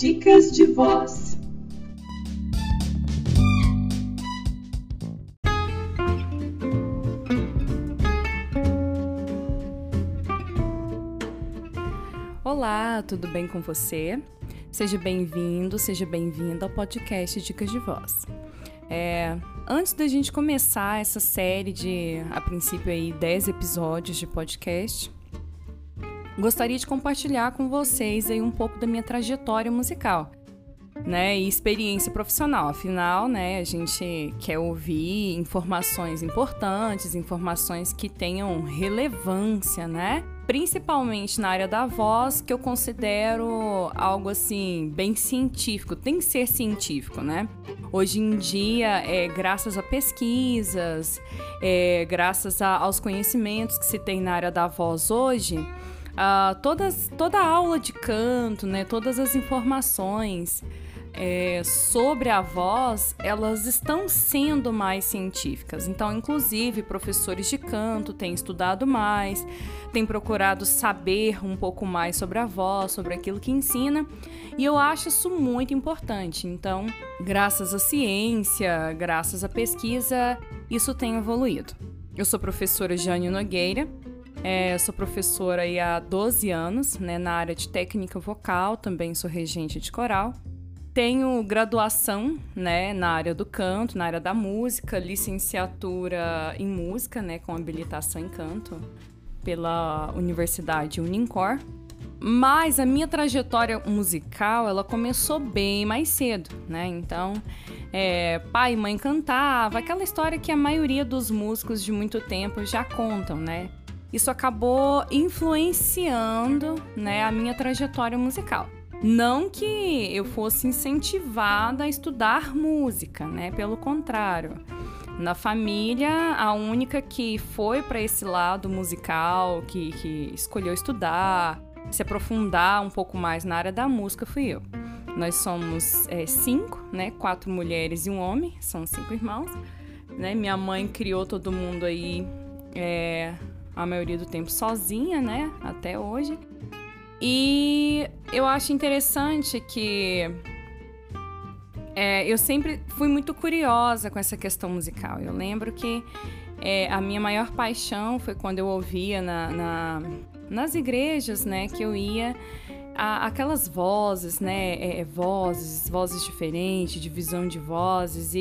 Dicas de voz. Olá, tudo bem com você? Seja bem-vindo, seja bem-vinda ao podcast Dicas de Voz. Antes da gente começar essa série de, a princípio, 10 episódios de podcast, gostaria de compartilhar com vocês aí um pouco da minha trajetória musical, né, e experiência profissional. Afinal, né, a gente quer ouvir informações importantes, informações que tenham relevância, né? Principalmente na área da voz, que eu considero algo assim bem científico, tem que ser científico, né? Hoje em dia, graças a pesquisas, graças aos conhecimentos que se tem na área da voz hoje, toda a aula de canto, né, todas as informações sobre a voz, elas estão sendo mais científicas. Então, inclusive, professores de canto têm estudado mais, têm procurado saber um pouco mais sobre a voz, sobre aquilo que ensina, e eu acho isso muito importante. Então, graças à ciência, graças à pesquisa, isso tem evoluído. Eu sou professora Jane Nogueira, sou professora aí há 12 anos, né, na área de técnica vocal, também sou regente de coral. Tenho graduação, né, na área do canto, na área da música, licenciatura em música, né, com habilitação em canto pela Universidade Unicor. Mas a minha trajetória musical, ela começou bem mais cedo, né? Então, pai e mãe cantava, aquela história que a maioria dos músicos de muito tempo já contam, né? Isso acabou influenciando, né, a minha trajetória musical. Não que eu fosse incentivada a estudar música, né? Pelo contrário. Na família, a única que foi para esse lado musical, que escolheu estudar, se aprofundar um pouco mais na área da música, fui eu. Nós somos 5, né? 4 mulheres e um homem, são 5 irmãos, né? Minha mãe criou todo mundo aí, a maioria do tempo sozinha, né? Até hoje. E eu acho interessante que eu sempre fui muito curiosa com essa questão musical. Eu lembro que a minha maior paixão foi quando eu ouvia nas igrejas, né, que eu ia, aquelas vozes, né, vozes diferentes, divisão de vozes,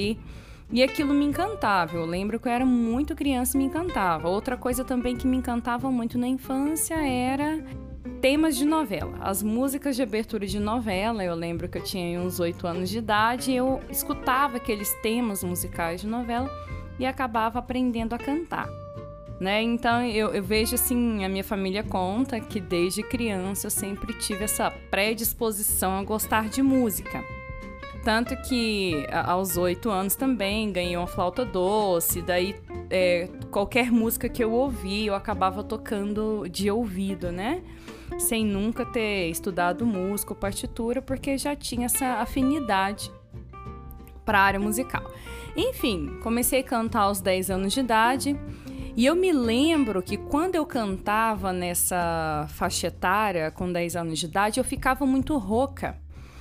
e aquilo me encantava. Eu lembro que eu era muito criança e me encantava. Outra coisa também que me encantava muito na infância era temas de novela, as músicas de abertura de novela. Eu lembro que eu tinha uns 8 anos de idade e eu escutava aqueles temas musicais de novela e acabava aprendendo a cantar, né? Então eu vejo assim, a minha família conta que desde criança eu sempre tive essa predisposição a gostar de música. Tanto que aos 8 anos também ganhei uma flauta doce, daí qualquer música que eu ouvia eu acabava tocando de ouvido, né? Sem nunca ter estudado música ou partitura, porque já tinha essa afinidade para a área musical. Enfim, comecei a cantar aos 10 anos de idade, e eu me lembro que quando eu cantava nessa faixa etária, com 10 anos de idade, eu ficava muito rouca,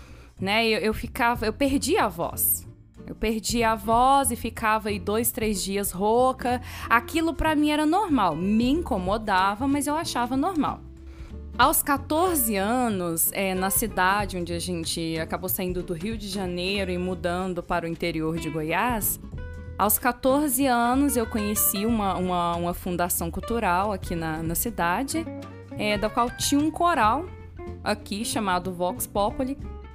né? Eu perdia a voz. Eu perdia a voz e ficava aí 2, 3 dias rouca. Aquilo para mim era normal, me incomodava, mas eu achava normal. Aos 14 anos, na cidade onde a gente acabou saindo do Rio de Janeiro e mudando para o interior de Goiás, aos 14 anos eu conheci uma fundação cultural aqui na cidade, da qual tinha um coral aqui chamado Vox Populi.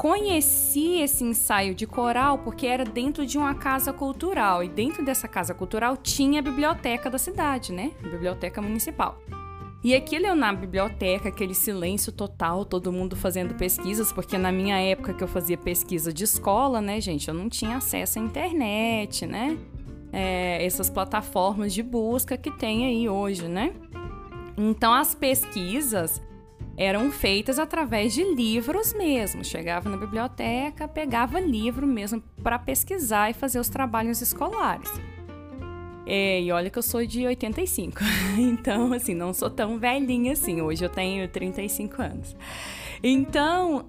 Conheci esse ensaio de coral porque era dentro de uma casa cultural, e dentro dessa casa cultural tinha a biblioteca da cidade, né? A biblioteca municipal. E aquilo eu na biblioteca, aquele silêncio total, todo mundo fazendo pesquisas, porque na minha época que eu fazia pesquisa de escola, né, gente, eu não tinha acesso à internet, né? Essas plataformas de busca que tem aí hoje, né? Então as pesquisas eram feitas através de livros mesmo. Chegava na biblioteca, pegava livro mesmo para pesquisar e fazer os trabalhos escolares. E olha que eu sou de 85, então, assim, não sou tão velhinha assim. Hoje eu tenho 35 anos. Então,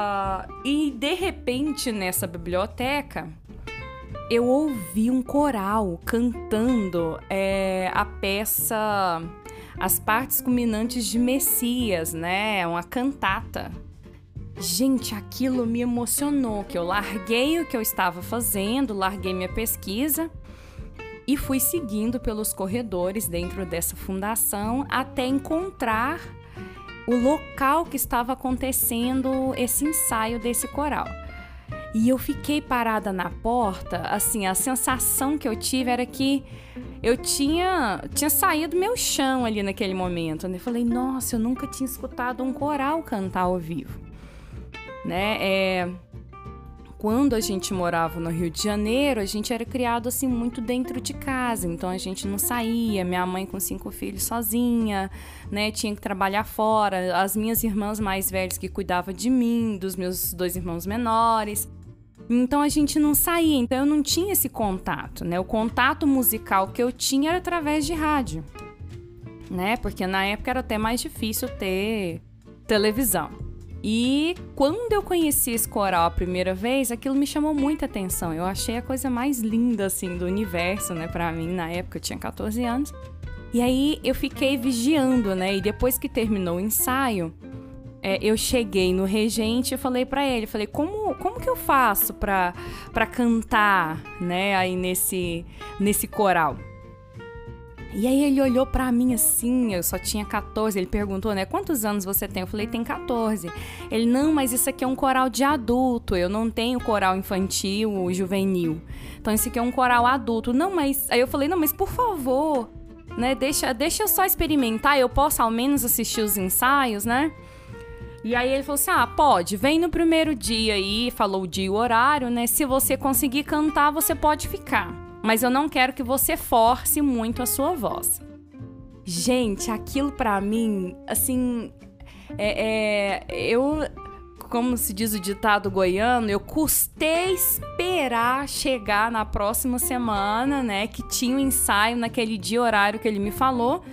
e de repente, nessa biblioteca, eu ouvi um coral cantando a peça As Partes Culminantes de Messias, né? Uma cantata. Gente, aquilo me emocionou, que eu larguei o que eu estava fazendo, larguei minha pesquisa e fui seguindo pelos corredores dentro dessa fundação até encontrar o local que estava acontecendo esse ensaio desse coral. E eu fiquei parada na porta, assim, a sensação que eu tive era que eu tinha saído do meu chão ali naquele momento. Eu falei, nossa, eu nunca tinha escutado um coral cantar ao vivo, né? Quando a gente morava no Rio de Janeiro, a gente era criado assim muito dentro de casa, então a gente não saía, minha mãe com 5 filhos sozinha, né, tinha que trabalhar fora, as minhas irmãs mais velhas que cuidavam de mim, dos meus 2 irmãos menores, então a gente não saía, então eu não tinha esse contato, né, o contato musical que eu tinha era através de rádio, né, porque na época era até mais difícil ter televisão. E quando eu conheci esse coral a primeira vez, aquilo me chamou muita atenção. Eu achei a coisa mais linda, assim, do universo, né? Pra mim, na época, eu tinha 14 anos. E aí, eu fiquei vigiando, né? E depois que terminou o ensaio, eu cheguei no regente e falei pra ele, como que eu faço pra cantar, né? Aí nesse coral. E aí ele olhou pra mim assim, eu só tinha 14, ele perguntou, né, quantos anos você tem? Eu falei, tem 14. Ele, não, mas isso aqui é um coral de adulto, eu não tenho coral infantil ou juvenil. Então isso aqui é um coral adulto. Não, mas... Aí eu falei, não, mas por favor, né, deixa eu só experimentar, eu posso ao menos assistir os ensaios, né? E aí ele falou assim, pode, vem no primeiro dia aí, falou o dia e o horário, né, se você conseguir cantar, você pode ficar. Mas eu não quero que você force muito a sua voz. Gente, aquilo pra mim, assim, eu, como se diz o ditado goiano, eu custei esperar chegar na próxima semana, né, que tinha um ensaio naquele dia, horário que ele me falou,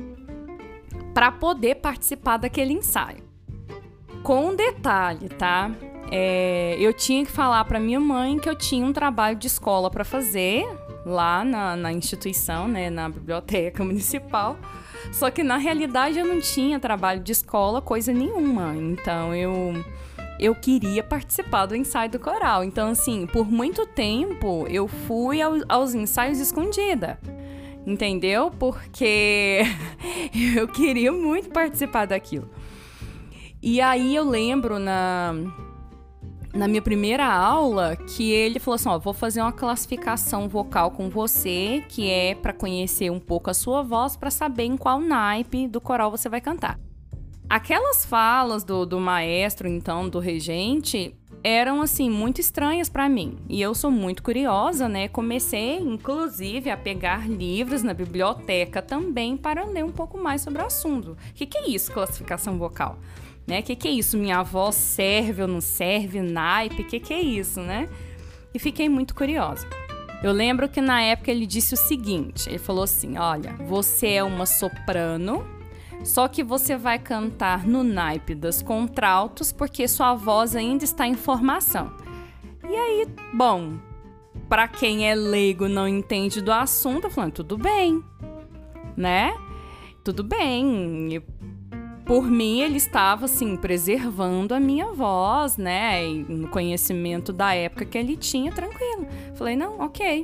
pra poder participar daquele ensaio. Com um detalhe, tá? Eu tinha que falar pra minha mãe que eu tinha um trabalho de escola pra fazer lá na instituição, né, na biblioteca municipal. Só que na realidade eu não tinha trabalho de escola, coisa nenhuma. Então eu queria participar do ensaio do coral. Então, assim, por muito tempo eu fui aos ensaios escondida. Entendeu? Porque eu queria muito participar daquilo. E aí eu lembro na minha primeira aula que ele falou assim, vou fazer uma classificação vocal com você, que é para conhecer um pouco a sua voz, para saber em qual naipe do coral você vai cantar. Aquelas falas do maestro, então, do regente, eram, assim, muito estranhas para mim. E eu sou muito curiosa, né? Comecei, inclusive, a pegar livros na biblioteca também para ler um pouco mais sobre o assunto. O que é isso, classificação vocal? Né? Que é isso? Minha voz serve ou não serve? Naipe? Que é isso, né? E fiquei muito curiosa. Eu lembro que na época ele disse o seguinte, ele falou assim, olha, você é uma soprano, só que você vai cantar no naipe das contraltos porque sua voz ainda está em formação. E aí, bom, para quem é leigo não entende do assunto, eu falei, tudo bem, né? Tudo bem. Por mim, ele estava, assim, preservando a minha voz, né? E no conhecimento da época que ele tinha, tranquilo. Falei, não, ok.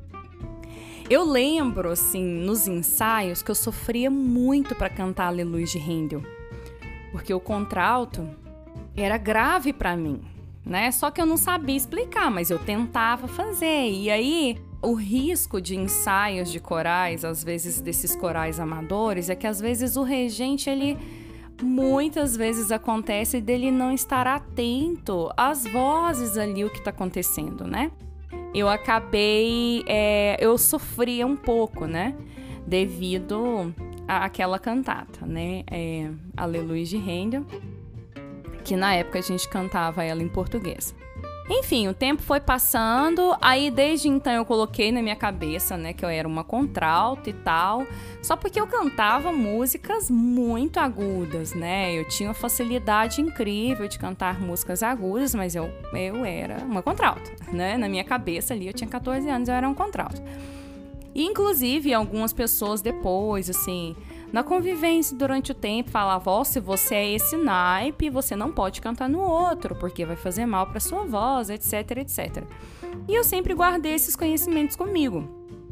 Eu lembro, assim, nos ensaios, que eu sofria muito para cantar Aleluia de Handel. Porque o contralto era grave para mim, né? Só que eu não sabia explicar, mas eu tentava fazer. E aí, o risco de ensaios de corais, às vezes desses corais amadores, é que às vezes o regente, ele... Muitas vezes acontece dele não estar atento às vozes ali, o que está acontecendo, né? Eu acabei... eu sofria um pouco, né? Devido àquela cantata, né? Aleluia de Handel, que na época a gente cantava ela em português. Enfim, o tempo foi passando, aí desde então eu coloquei na minha cabeça, né, que eu era uma contralto e tal, só porque eu cantava músicas muito agudas, né, eu tinha uma facilidade incrível de cantar músicas agudas, mas eu era uma contralto, né, na minha cabeça ali, eu tinha 14 anos, eu era uma contralto. E, inclusive, algumas pessoas depois, assim, na convivência durante o tempo, falavam, se você é esse naipe, você não pode cantar no outro, porque vai fazer mal para sua voz, etc, etc. E eu sempre guardei esses conhecimentos comigo.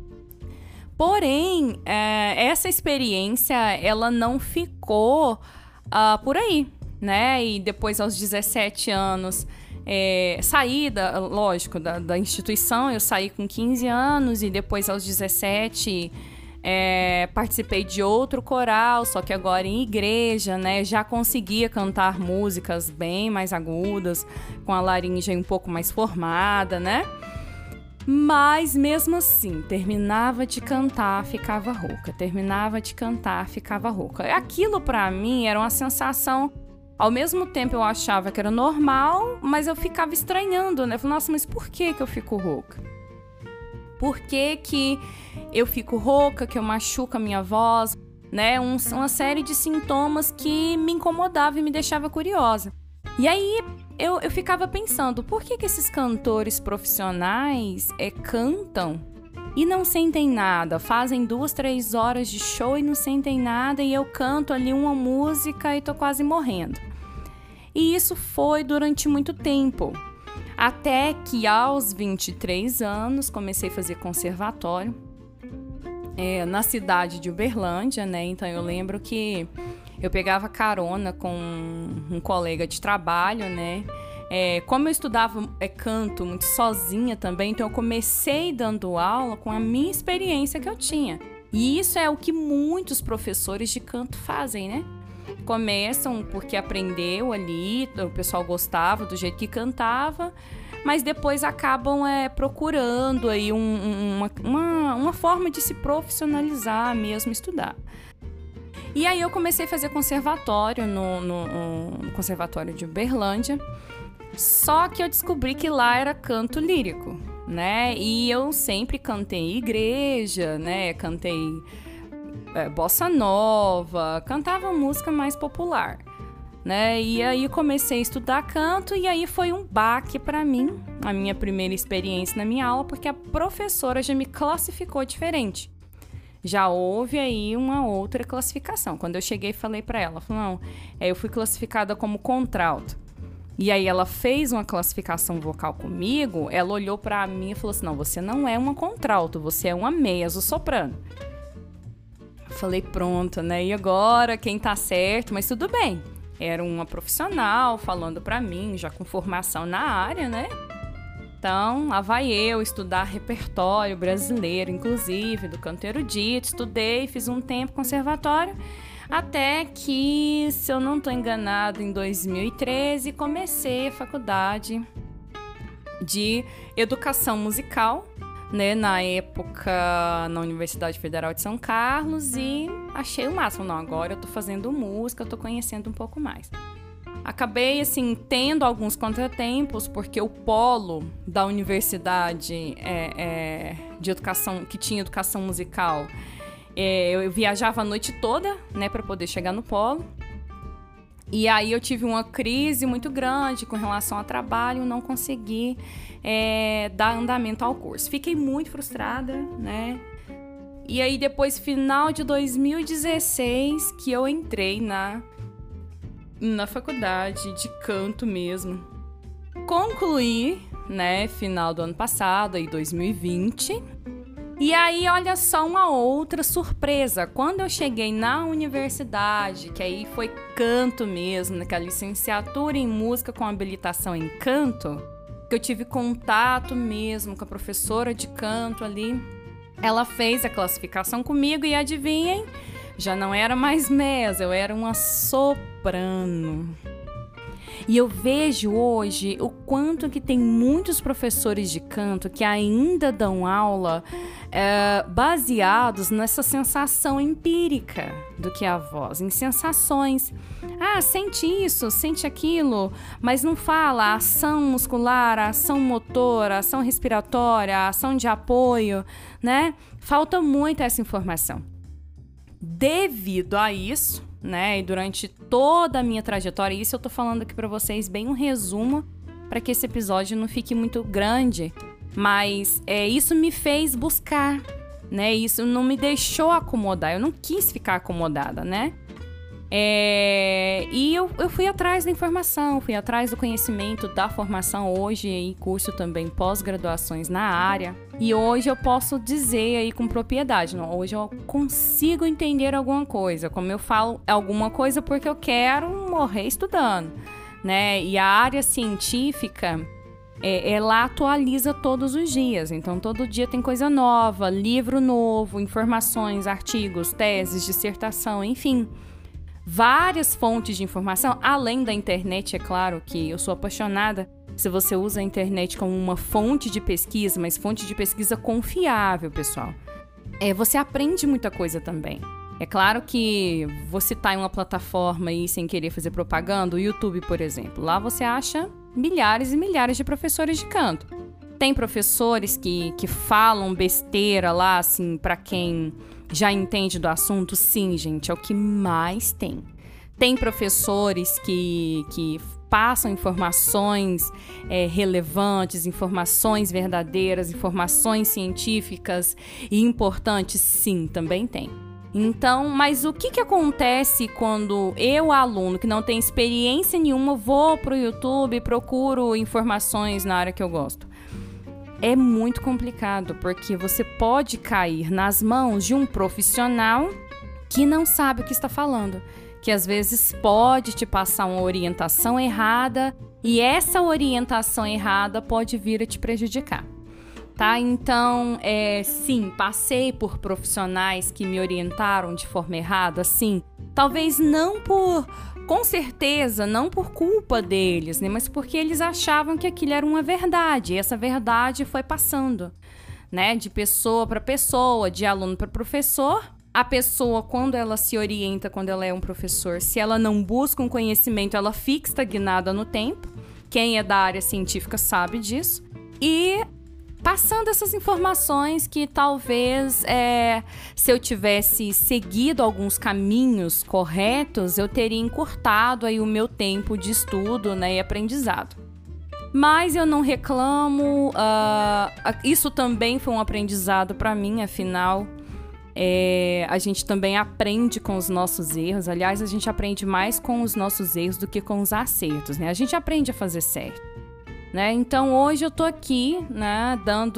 Porém, essa experiência, ela não ficou por aí, né? E depois, aos 17 anos... saí, lógico, da instituição, eu saí com 15 anos e depois aos 17 participei de outro coral, só que agora em igreja, né? Já conseguia cantar músicas bem mais agudas, com a laringe um pouco mais formada, né? Mas mesmo assim, terminava de cantar, ficava rouca. Terminava de cantar, ficava rouca. Aquilo pra mim era uma sensação... Ao mesmo tempo eu achava que era normal, mas eu ficava estranhando, né? Eu falei, nossa, mas por que eu fico rouca? Por que eu fico rouca, que eu machuco a minha voz, né? Uma série de sintomas que me incomodavam e me deixava curiosa. E aí eu ficava pensando, por que esses cantores profissionais cantam e não sentem nada? Fazem 2, 3 horas de show e não sentem nada, e eu canto ali uma música e tô quase morrendo. E isso foi durante muito tempo, até que aos 23 anos comecei a fazer conservatório na cidade de Uberlândia, né? Então eu lembro que eu pegava carona com um colega de trabalho, né? Como eu estudava canto muito sozinha também, então eu comecei dando aula com a minha experiência que eu tinha. E isso é o que muitos professores de canto fazem, né? Começam porque aprendeu ali, o pessoal gostava do jeito que cantava, mas depois acabam procurando aí uma forma de se profissionalizar mesmo, estudar. E aí eu comecei a fazer conservatório no Conservatório de Uberlândia, só que eu descobri que lá era canto lírico, né? E eu sempre cantei em igreja, né? Cantei bossa nova, cantava música mais popular, né? E aí comecei a estudar canto e aí foi um baque para mim, a minha primeira experiência na minha aula, porque a professora já me classificou diferente. Já houve aí uma outra classificação. Quando eu cheguei e falei para ela, não, eu fui classificada como contralto. E aí ela fez uma classificação vocal comigo, ela olhou para mim e falou assim, não, você não é uma contralto, você é uma mezzo-soprano. Falei, pronto, né? E agora, quem tá certo? Mas tudo bem. Era uma profissional falando pra mim, já com formação na área, né? Então, lá vai eu estudar repertório brasileiro, inclusive, do canto erudito. Estudei, fiz um tempo conservatório, até que, se eu não tô enganado, em 2013, comecei a faculdade de educação musical, né, na época na Universidade Federal de São Carlos, e achei o máximo. Não, agora eu tô fazendo música, eu tô conhecendo um pouco mais. Acabei, assim, tendo alguns contratempos, porque o polo da universidade de educação, que tinha educação musical, eu viajava a noite toda, né, para poder chegar no polo. E aí eu tive uma crise muito grande com relação ao trabalho, não consegui dar andamento ao curso. Fiquei muito frustrada, né? E aí depois, final de 2016, que eu entrei na faculdade de canto mesmo. Concluí, né, final do ano passado, aí 2020. E aí, olha só uma outra surpresa. Quando eu cheguei na universidade, que aí foi canto mesmo, naquela licenciatura em música com habilitação em canto, que eu tive contato mesmo com a professora de canto ali, ela fez a classificação comigo e adivinhem, já não era mais mezzo, eu era uma soprano. E eu vejo hoje o quanto que tem muitos professores de canto que ainda dão aula baseados nessa sensação empírica do que é a voz, em sensações. Ah, sente isso, sente aquilo, mas não fala a ação muscular, a ação motora, a ação respiratória, a ação de apoio, né? Falta muito essa informação. Devido a isso, né, e durante toda a minha trajetória, isso eu tô falando aqui para vocês bem um resumo para que esse episódio não fique muito grande, mas isso me fez buscar, né? Isso não me deixou acomodar, eu não quis ficar acomodada, né? E eu fui atrás da informação, fui atrás do conhecimento, da formação, hoje em curso também pós-graduações na área. E hoje eu posso dizer aí com propriedade, não, hoje eu consigo entender alguma coisa. Como eu falo, alguma coisa porque eu quero morrer estudando, né? E a área científica, ela atualiza todos os dias. Então, todo dia tem coisa nova, livro novo, informações, artigos, teses, dissertação, enfim. Várias fontes de informação, além da internet, é claro que eu sou apaixonada se você usa a internet como uma fonte de pesquisa, mas fonte de pesquisa confiável, pessoal. Você aprende muita coisa também. É claro que você tá em uma plataforma aí sem querer fazer propaganda, o YouTube, por exemplo. Lá você acha milhares e milhares de professores de canto. Tem professores que falam besteira lá, assim, pra quem já entende do assunto? Sim, gente, é o que mais tem. Tem professores que passam informações relevantes, informações verdadeiras, informações científicas e importantes? Sim, também tem. Então, mas o que acontece quando eu, aluno, que não tem experiência nenhuma, vou pro YouTube e procuro informações na área que eu gosto? É muito complicado, porque você pode cair nas mãos de um profissional que não sabe o que está falando, que às vezes pode te passar uma orientação errada e essa orientação errada pode vir a te prejudicar, tá? Então, sim, passei por profissionais que me orientaram de forma errada, sim, talvez não com certeza, não por culpa deles, né? Mas porque eles achavam que aquilo era uma verdade. E essa verdade foi passando, né? De pessoa para pessoa, de aluno para professor. A pessoa, quando ela se orienta, quando ela é um professor, se ela não busca um conhecimento, ela fica estagnada no tempo. Quem é da área científica sabe disso. E passando essas informações que talvez, se eu tivesse seguido alguns caminhos corretos, eu teria encurtado aí o meu tempo de estudo, né, e aprendizado. Mas eu não reclamo, isso também foi um aprendizado para mim, afinal, a gente também aprende com os nossos erros. Aliás, a gente aprende mais com os nossos erros do que com os acertos, né? A gente aprende a fazer certo. Né? Então, hoje eu tô aqui, né, dando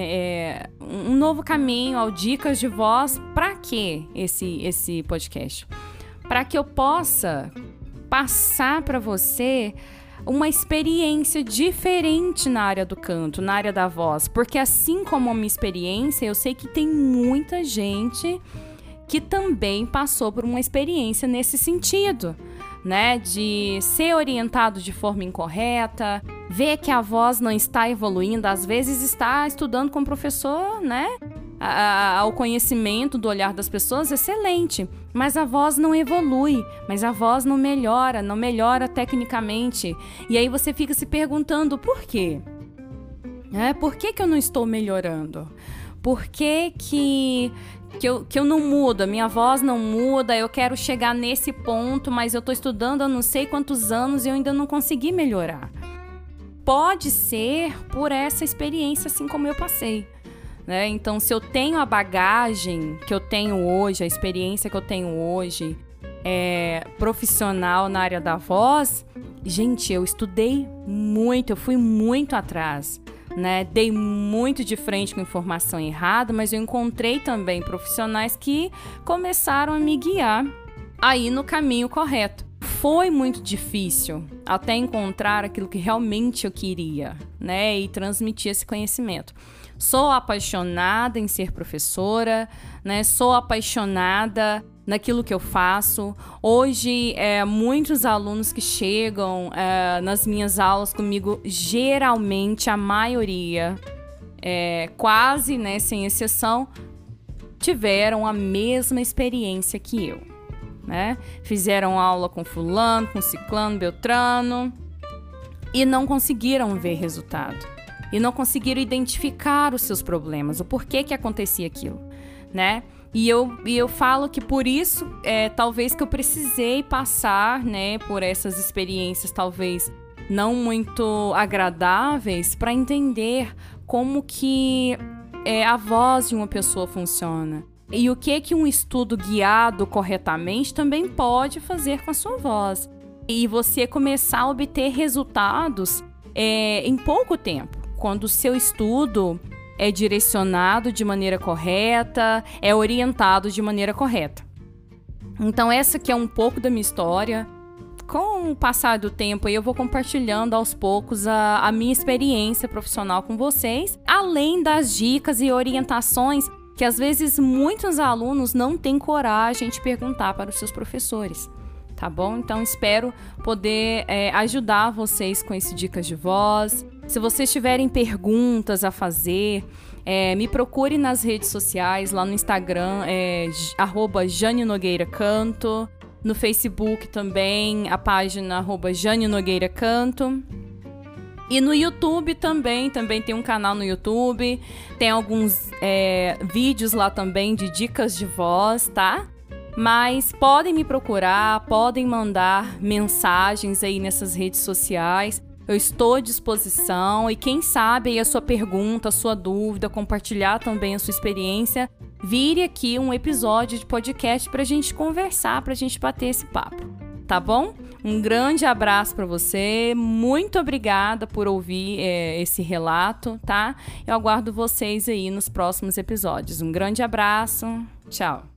um novo caminho ao Dicas de Voz. Para que esse podcast? Para que eu possa passar para você uma experiência diferente na área do canto, na área da voz. Porque assim como a minha experiência, eu sei que tem muita gente que também passou por uma experiência nesse sentido, né, de ser orientado de forma incorreta, ver que a voz não está evoluindo, às vezes está estudando com o professor, né, o conhecimento do olhar das pessoas, excelente, mas a voz não evolui, mas a voz não melhora tecnicamente, e aí você fica se perguntando por quê? Por que eu não estou melhorando? Por que eu não mudo, a minha voz não muda, eu quero chegar nesse ponto, mas eu tô estudando há não sei quantos anos e eu ainda não consegui melhorar. Pode ser por essa experiência, assim como eu passei, né? Então, se eu tenho a bagagem que eu tenho hoje, a experiência que eu tenho hoje, profissional na área da voz, gente, eu estudei muito, eu fui muito atrás, né? Dei muito de frente com informação errada, mas eu encontrei também profissionais que começaram a me guiar aí no caminho correto. Foi muito difícil até encontrar aquilo que realmente eu queria, né? E transmitir esse conhecimento. Sou apaixonada em ser professora, né? Sou apaixonada naquilo que eu faço. Hoje, muitos alunos que chegam nas minhas aulas comigo, geralmente a maioria, quase, né, sem exceção, tiveram a mesma experiência que eu, né? Fizeram aula com fulano, com ciclano, beltrano e não conseguiram ver resultado. E não conseguiram identificar os seus problemas, o porquê que acontecia aquilo, né? E eu falo que por isso, talvez que eu precisei passar, né, por essas experiências talvez não muito agradáveis para entender como que a voz de uma pessoa funciona. E o que um estudo guiado corretamente também pode fazer com a sua voz. E você começar a obter resultados em pouco tempo, quando o seu estudo é direcionado de maneira correta, é orientado de maneira correta. Então essa que é um pouco da minha história. Com o passar do tempo, eu vou compartilhando aos poucos a minha experiência profissional com vocês, além das dicas e orientações que às vezes muitos alunos não têm coragem de perguntar para os seus professores, tá bom? Então espero poder ajudar vocês com esse Dicas de Voz. Se vocês tiverem perguntas a fazer, me procure nas redes sociais, lá no Instagram, @JaneNogueiraCanto. No Facebook também, a página @JaneNogueiraCanto. E no YouTube também tem um canal no YouTube. Tem alguns vídeos lá também de dicas de voz, tá? Mas podem me procurar, podem mandar mensagens aí nessas redes sociais. Eu estou à disposição e quem sabe aí a sua pergunta, a sua dúvida, compartilhar também a sua experiência, vire aqui um episódio de podcast pra gente conversar, pra gente bater esse papo, tá bom? Um grande abraço pra você, muito obrigada por ouvir esse relato, tá? Eu aguardo vocês aí nos próximos episódios. Um grande abraço, tchau!